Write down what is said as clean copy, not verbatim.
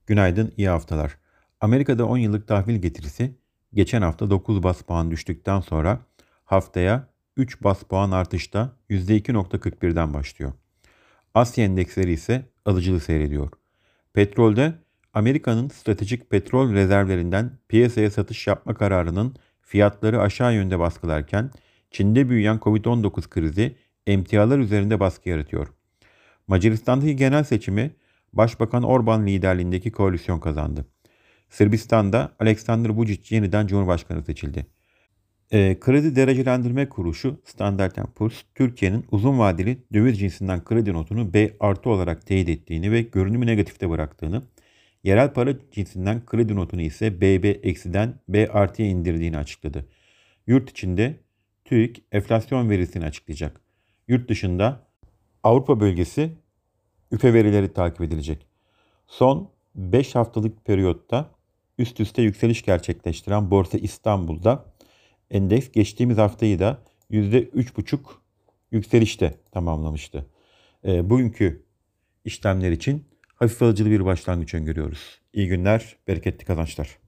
Günaydın, iyi haftalar. Amerika'da 10 yıllık tahvil getirisi geçen hafta 9 bas puan düştükten sonra haftaya 3 bas puan artışta %2,41'den başlıyor. Asya endeksleri ise alıcılı seyrediyor. Petrolde Amerika'nın stratejik petrol rezervlerinden piyasaya satış yapma kararının fiyatları aşağı yönde baskılarken Çin'de büyüyen Covid-19 krizi emtialar üzerinde baskı yaratıyor. Macaristan'daki genel seçimi Başbakan Orban liderliğindeki koalisyon kazandı. Sırbistan'da Aleksandar Vučić yeniden Cumhurbaşkanı seçildi. Kredi derecelendirme kuruluşu Standard Poor's, Türkiye'nin uzun vadeli döviz cinsinden kredi notunu B artı olarak teyit ettiğini ve görünümü negatifte bıraktığını, yerel para cinsinden kredi notunu ise BB eksiden B artıya indirdiğini açıkladı. Yurt içinde TÜİK enflasyon verisini açıklayacak. Yurt dışında Avrupa bölgesi üfe verileri takip edilecek. Son 5 haftalık periyotta üst üste yükseliş gerçekleştiren Borsa İstanbul'da endeks geçtiğimiz haftayı da %3,5 yükselişte tamamlamıştı. Bugünkü işlemler için hafif alıcılı bir başlangıç öngörüyoruz. İyi günler, bereketli kazançlar.